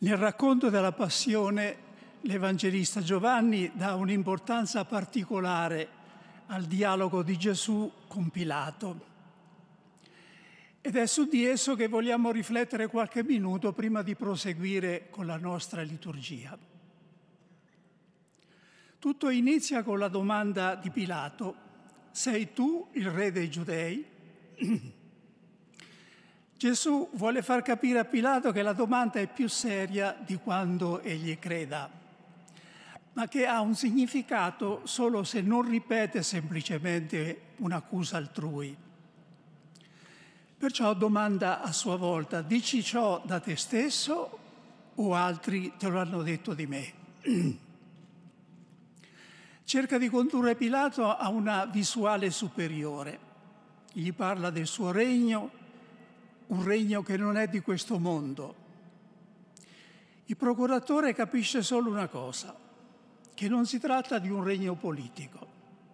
Nel racconto della Passione, l'Evangelista Giovanni dà un'importanza particolare al dialogo di Gesù con Pilato. Ed è su di esso che vogliamo riflettere qualche minuto prima di proseguire con la nostra liturgia. Tutto inizia con la domanda di Pilato: «Sei tu il re dei Giudei?» Gesù vuole far capire a Pilato che la domanda è più seria di quanto egli creda, ma che ha un significato solo se non ripete semplicemente un'accusa altrui. Perciò domanda a sua volta: dici ciò da te stesso o altri te lo hanno detto di me? Cerca di condurre Pilato a una visuale superiore. Gli parla del suo regno, un regno che non è di questo mondo. Il procuratore capisce solo una cosa: che non si tratta di un regno politico.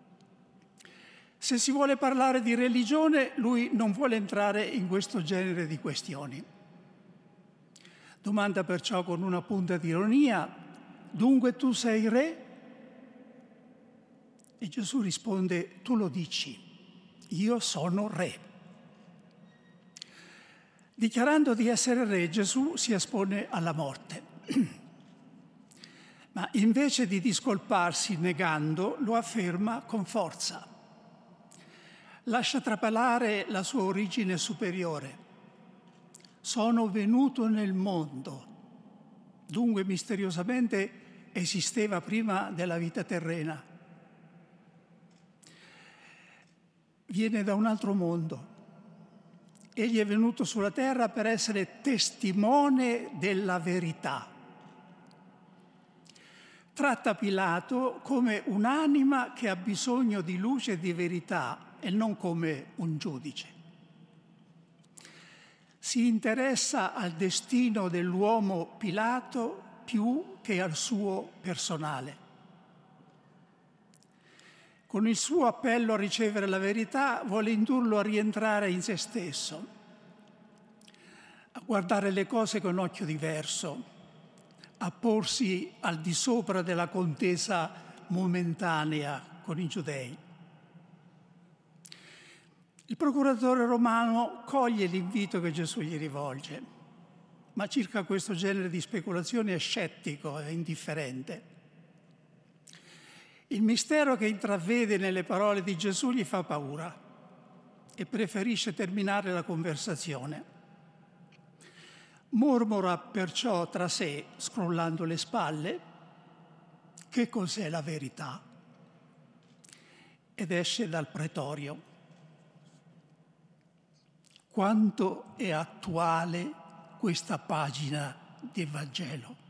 Se si vuole parlare di religione, lui non vuole entrare in questo genere di questioni. Domanda perciò con una punta di ironia: dunque tu sei re? E Gesù risponde: tu lo dici, io sono re. Dichiarando di essere re, Gesù si espone alla morte. Ma invece di discolparsi negando, lo afferma con forza. Lascia trapelare la sua origine superiore. Sono venuto nel mondo. Dunque misteriosamente esisteva prima della vita terrena. Viene da un altro mondo. Egli è venuto sulla terra per essere testimone della verità. Tratta Pilato come un'anima che ha bisogno di luce e di verità e non come un giudice. Si interessa al destino dell'uomo Pilato più che al suo personale. Con il suo appello a ricevere la verità vuole indurlo a rientrare in se stesso, a guardare le cose con occhio diverso, a porsi al di sopra della contesa momentanea con i giudei. Il procuratore romano coglie l'invito che Gesù gli rivolge, ma circa questo genere di speculazioni è scettico e indifferente. Il mistero che intravede nelle parole di Gesù gli fa paura e preferisce terminare la conversazione. Mormora perciò tra sé, scrollando le spalle: che cos'è la verità? Ed esce dal pretorio. Quanto è attuale questa pagina del Vangelo.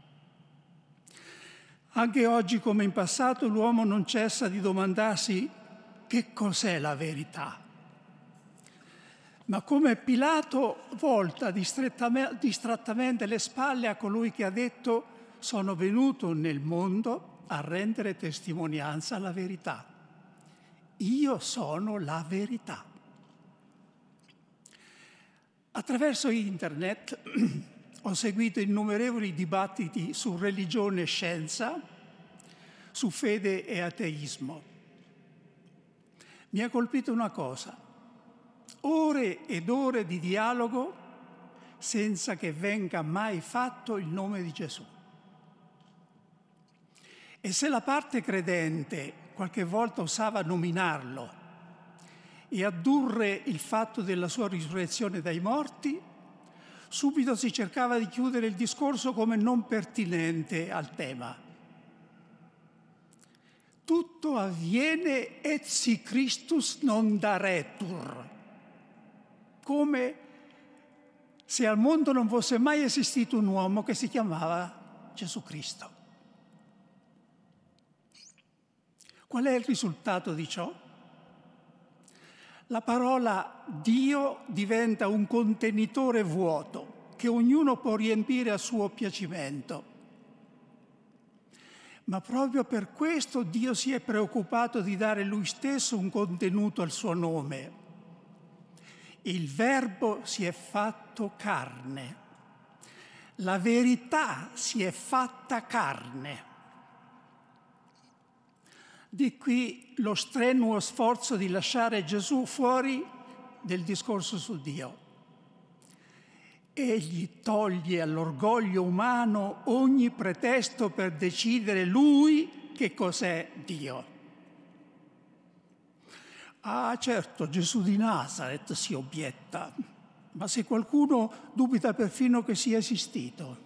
Anche oggi, come in passato, l'uomo non cessa di domandarsi che cos'è la verità. Ma come Pilato volta distrattamente le spalle a colui che ha detto: sono venuto nel mondo a rendere testimonianza alla verità. Io sono la verità. Attraverso internet ho seguito innumerevoli dibattiti su religione e scienza, su fede e ateismo. Mi ha colpito una cosa: ore ed ore di dialogo senza che venga mai fatto il nome di Gesù. E se la parte credente qualche volta osava nominarlo e addurre il fatto della sua risurrezione dai morti, subito si cercava di chiudere il discorso come non pertinente al tema. Tutto avviene etsi Christus non daretur, come se al mondo non fosse mai esistito un uomo che si chiamava Gesù Cristo. Qual è il risultato di ciò? La parola Dio diventa un contenitore vuoto che ognuno può riempire a suo piacimento. Ma proprio per questo Dio si è preoccupato di dare Lui stesso un contenuto al suo nome. Il Verbo si è fatto carne. la verità si è fatta carne. Di qui lo strenuo sforzo di lasciare Gesù fuori del discorso su Dio. Egli toglie all'orgoglio umano ogni pretesto per decidere lui che cos'è Dio. Ah, certo, Gesù di Nazaret, si obietta, ma se qualcuno dubita perfino che sia esistito.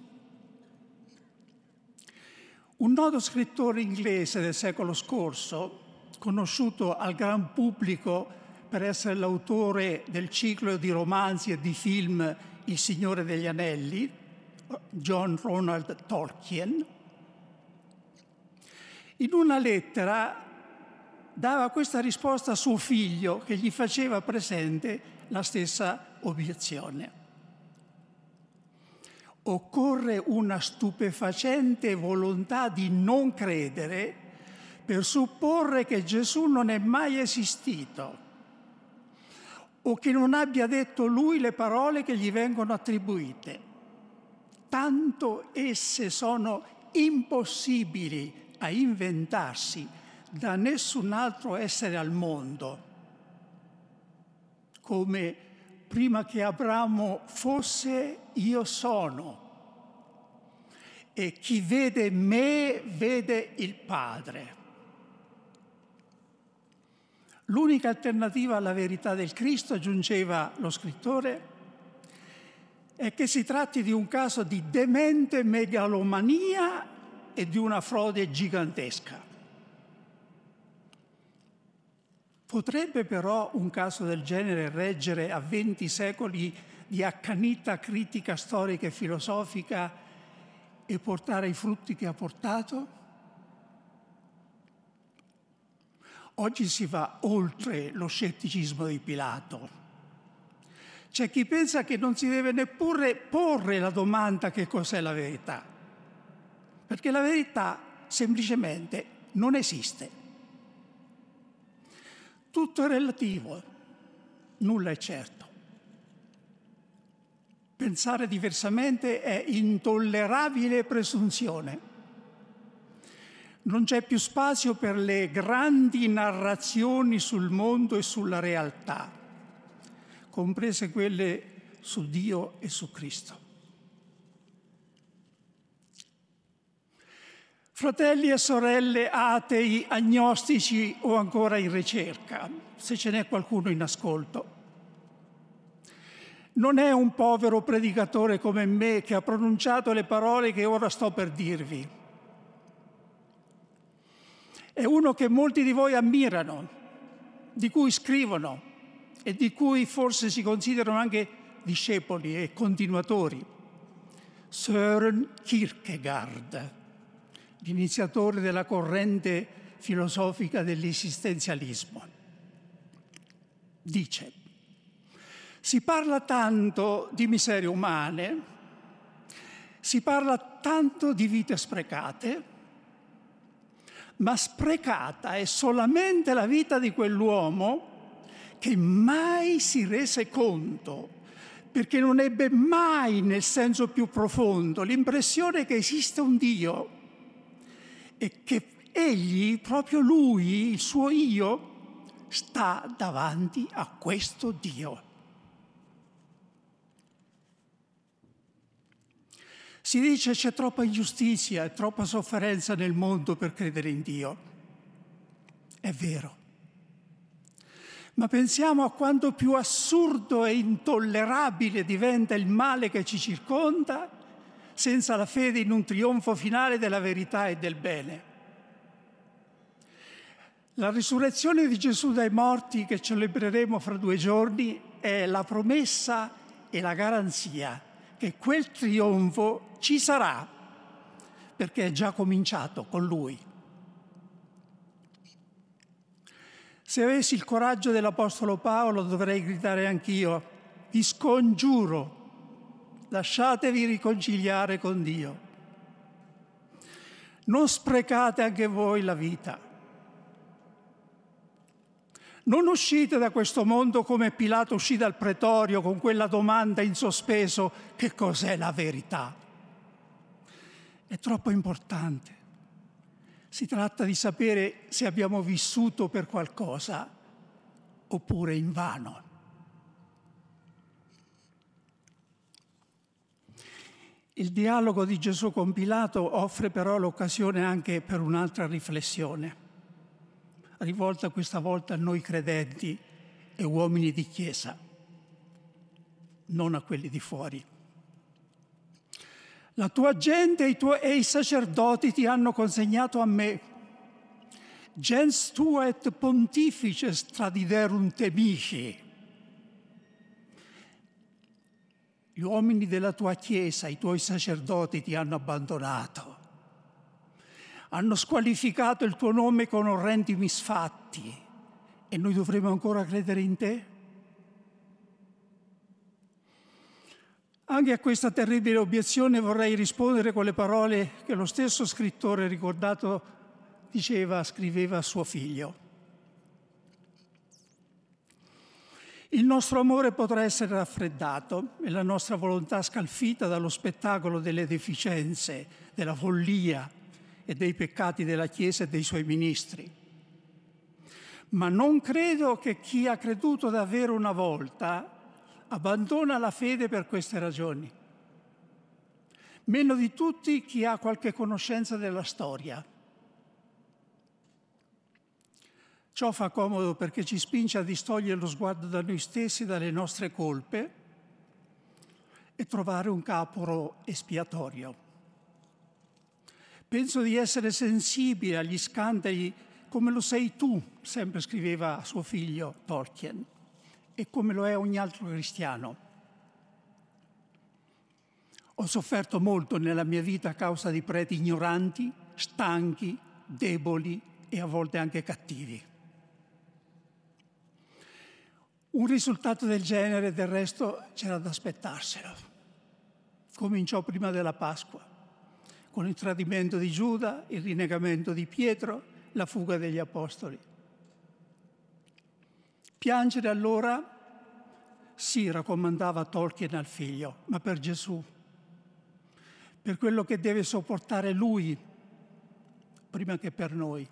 Un noto scrittore inglese del secolo scorso, conosciuto al gran pubblico per essere l'autore del ciclo di romanzi e di film Il Signore degli Anelli, John Ronald Tolkien, in una lettera dava questa risposta a suo figlio che gli faceva presente la stessa obiezione. Occorre una stupefacente volontà di non credere per supporre che Gesù non è mai esistito o che non abbia detto lui le parole che gli vengono attribuite, tanto esse sono impossibili a inventarsi da nessun altro essere al mondo, come prima che Abramo fosse, io sono, e chi vede me vede il Padre. L'unica alternativa alla verità del Cristo, aggiungeva lo scrittore, è che si tratti di un caso di demente megalomania e di una frode gigantesca. Potrebbe però un caso del genere reggere a 20 secoli di accanita critica storica e filosofica e portare i frutti che ha portato? Oggi si va oltre lo scetticismo di Pilato. C'è chi pensa che non si deve neppure porre la domanda che cos'è la verità, perché la verità semplicemente non esiste. Tutto è relativo, nulla è certo. Pensare diversamente è intollerabile presunzione. Non c'è più spazio per le grandi narrazioni sul mondo e sulla realtà, comprese quelle su Dio e su Cristo. Fratelli e sorelle atei, agnostici o ancora in ricerca, se ce n'è qualcuno in ascolto. Non è un povero predicatore come me che ha pronunciato le parole che ora sto per dirvi. È uno che molti di voi ammirano, di cui scrivono e di cui forse si considerano anche discepoli e continuatori. Søren Kierkegaard, l'iniziatore della corrente filosofica dell'esistenzialismo. Dice: si parla tanto di miserie umane, si parla tanto di vite sprecate, ma sprecata è solamente la vita di quell'uomo che mai si rese conto, perché non ebbe mai nel senso più profondo l'impressione che esiste un Dio e che egli, proprio lui, il suo io, sta davanti a questo Dio. Si dice c'è troppa ingiustizia e troppa sofferenza nel mondo per credere in Dio. È vero. Ma pensiamo a quanto più assurdo e intollerabile diventa il male che ci circonda senza la fede in un trionfo finale della verità e del bene. La risurrezione di Gesù dai morti che celebreremo fra 2 giorni è la promessa e la garanzia che quel trionfo ci sarà, perché è già cominciato con Lui. Se avessi il coraggio dell'Apostolo Paolo dovrei gridare anch'io: vi scongiuro, lasciatevi riconciliare con Dio. Non sprecate anche voi la vita. Non uscite da questo mondo come Pilato uscì dal pretorio con quella domanda in sospeso: che cos'è la verità? è troppo importante. Si tratta di sapere se abbiamo vissuto per qualcosa oppure invano. Il dialogo di Gesù con Pilato offre però l'occasione anche per un'altra riflessione, rivolta questa volta a noi credenti e uomini di Chiesa, non a quelli di fuori. La tua gente e i sacerdoti ti hanno consegnato a me. Gens tua et pontifices tradiderunt mihi. Gli uomini della tua Chiesa, i tuoi sacerdoti ti hanno abbandonato. Hanno squalificato il tuo nome con orrendi misfatti. E noi dovremo ancora credere in te? Anche a questa terribile obiezione vorrei rispondere con le parole che lo stesso scrittore ricordato scriveva a suo figlio. Il nostro amore potrà essere raffreddato e la nostra volontà scalfita dallo spettacolo delle deficienze, della follia e dei peccati della Chiesa e dei suoi ministri. Ma non credo che chi ha creduto davvero una volta abbandona la fede per queste ragioni. Meno di tutti chi ha qualche conoscenza della storia. Ciò fa comodo perché ci spinge a distogliere lo sguardo da noi stessi, dalle nostre colpe e trovare un capro espiatorio. Penso di essere sensibile agli scandali come lo sei tu, sempre scriveva a suo figlio Tolkien, e come lo è ogni altro cristiano. Ho sofferto molto nella mia vita a causa di preti ignoranti, stanchi, deboli e a volte anche cattivi. Un risultato del genere, del resto, c'era da aspettarselo. Cominciò prima della Pasqua, con il tradimento di Giuda, il rinnegamento di Pietro, la fuga degli apostoli. Piangere allora, sì, raccomandava Tolkien al figlio, ma per Gesù, per quello che deve sopportare lui, prima che per noi.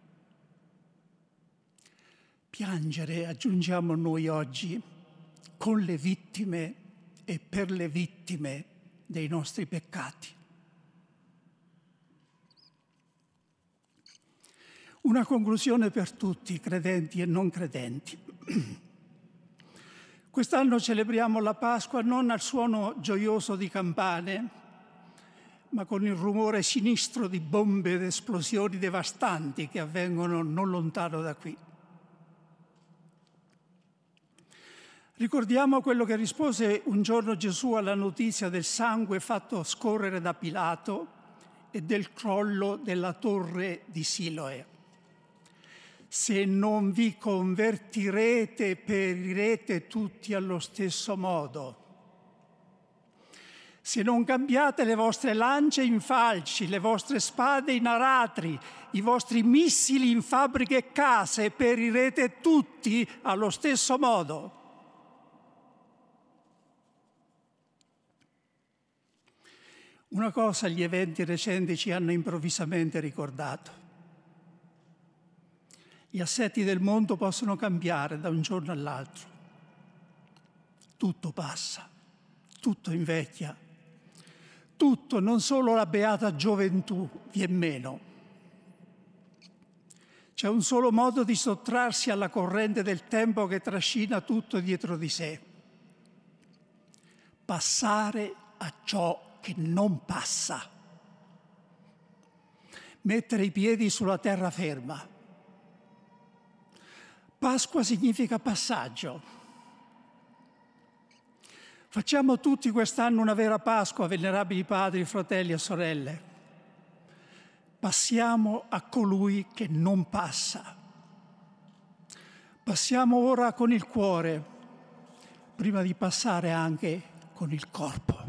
Piangere, aggiungiamo noi oggi, con le vittime e per le vittime dei nostri peccati. Una conclusione per tutti, credenti e non credenti. Quest'anno celebriamo la Pasqua non al suono gioioso di campane, ma con il rumore sinistro di bombe ed esplosioni devastanti che avvengono non lontano da qui. Ricordiamo quello che rispose un giorno Gesù alla notizia del sangue fatto scorrere da Pilato e del crollo della torre di Siloe. Se non vi convertirete, perirete tutti allo stesso modo. Se non cambiate le vostre lance in falci, le vostre spade in aratri, i vostri missili in fabbriche e case, perirete tutti allo stesso modo. Una cosa gli eventi recenti ci hanno improvvisamente ricordato. Gli assetti del mondo possono cambiare da un giorno all'altro. Tutto passa, tutto invecchia, tutto, non solo la beata gioventù, vien meno. C'è un solo modo di sottrarsi alla corrente del tempo che trascina tutto dietro di sé. Passare a ciò che non passa. Mettere i piedi sulla terraferma. Pasqua significa passaggio. Facciamo tutti quest'anno una vera Pasqua, venerabili padri, fratelli e sorelle. Passiamo a colui che non passa. Passiamo ora con il cuore, prima di passare anche con il corpo.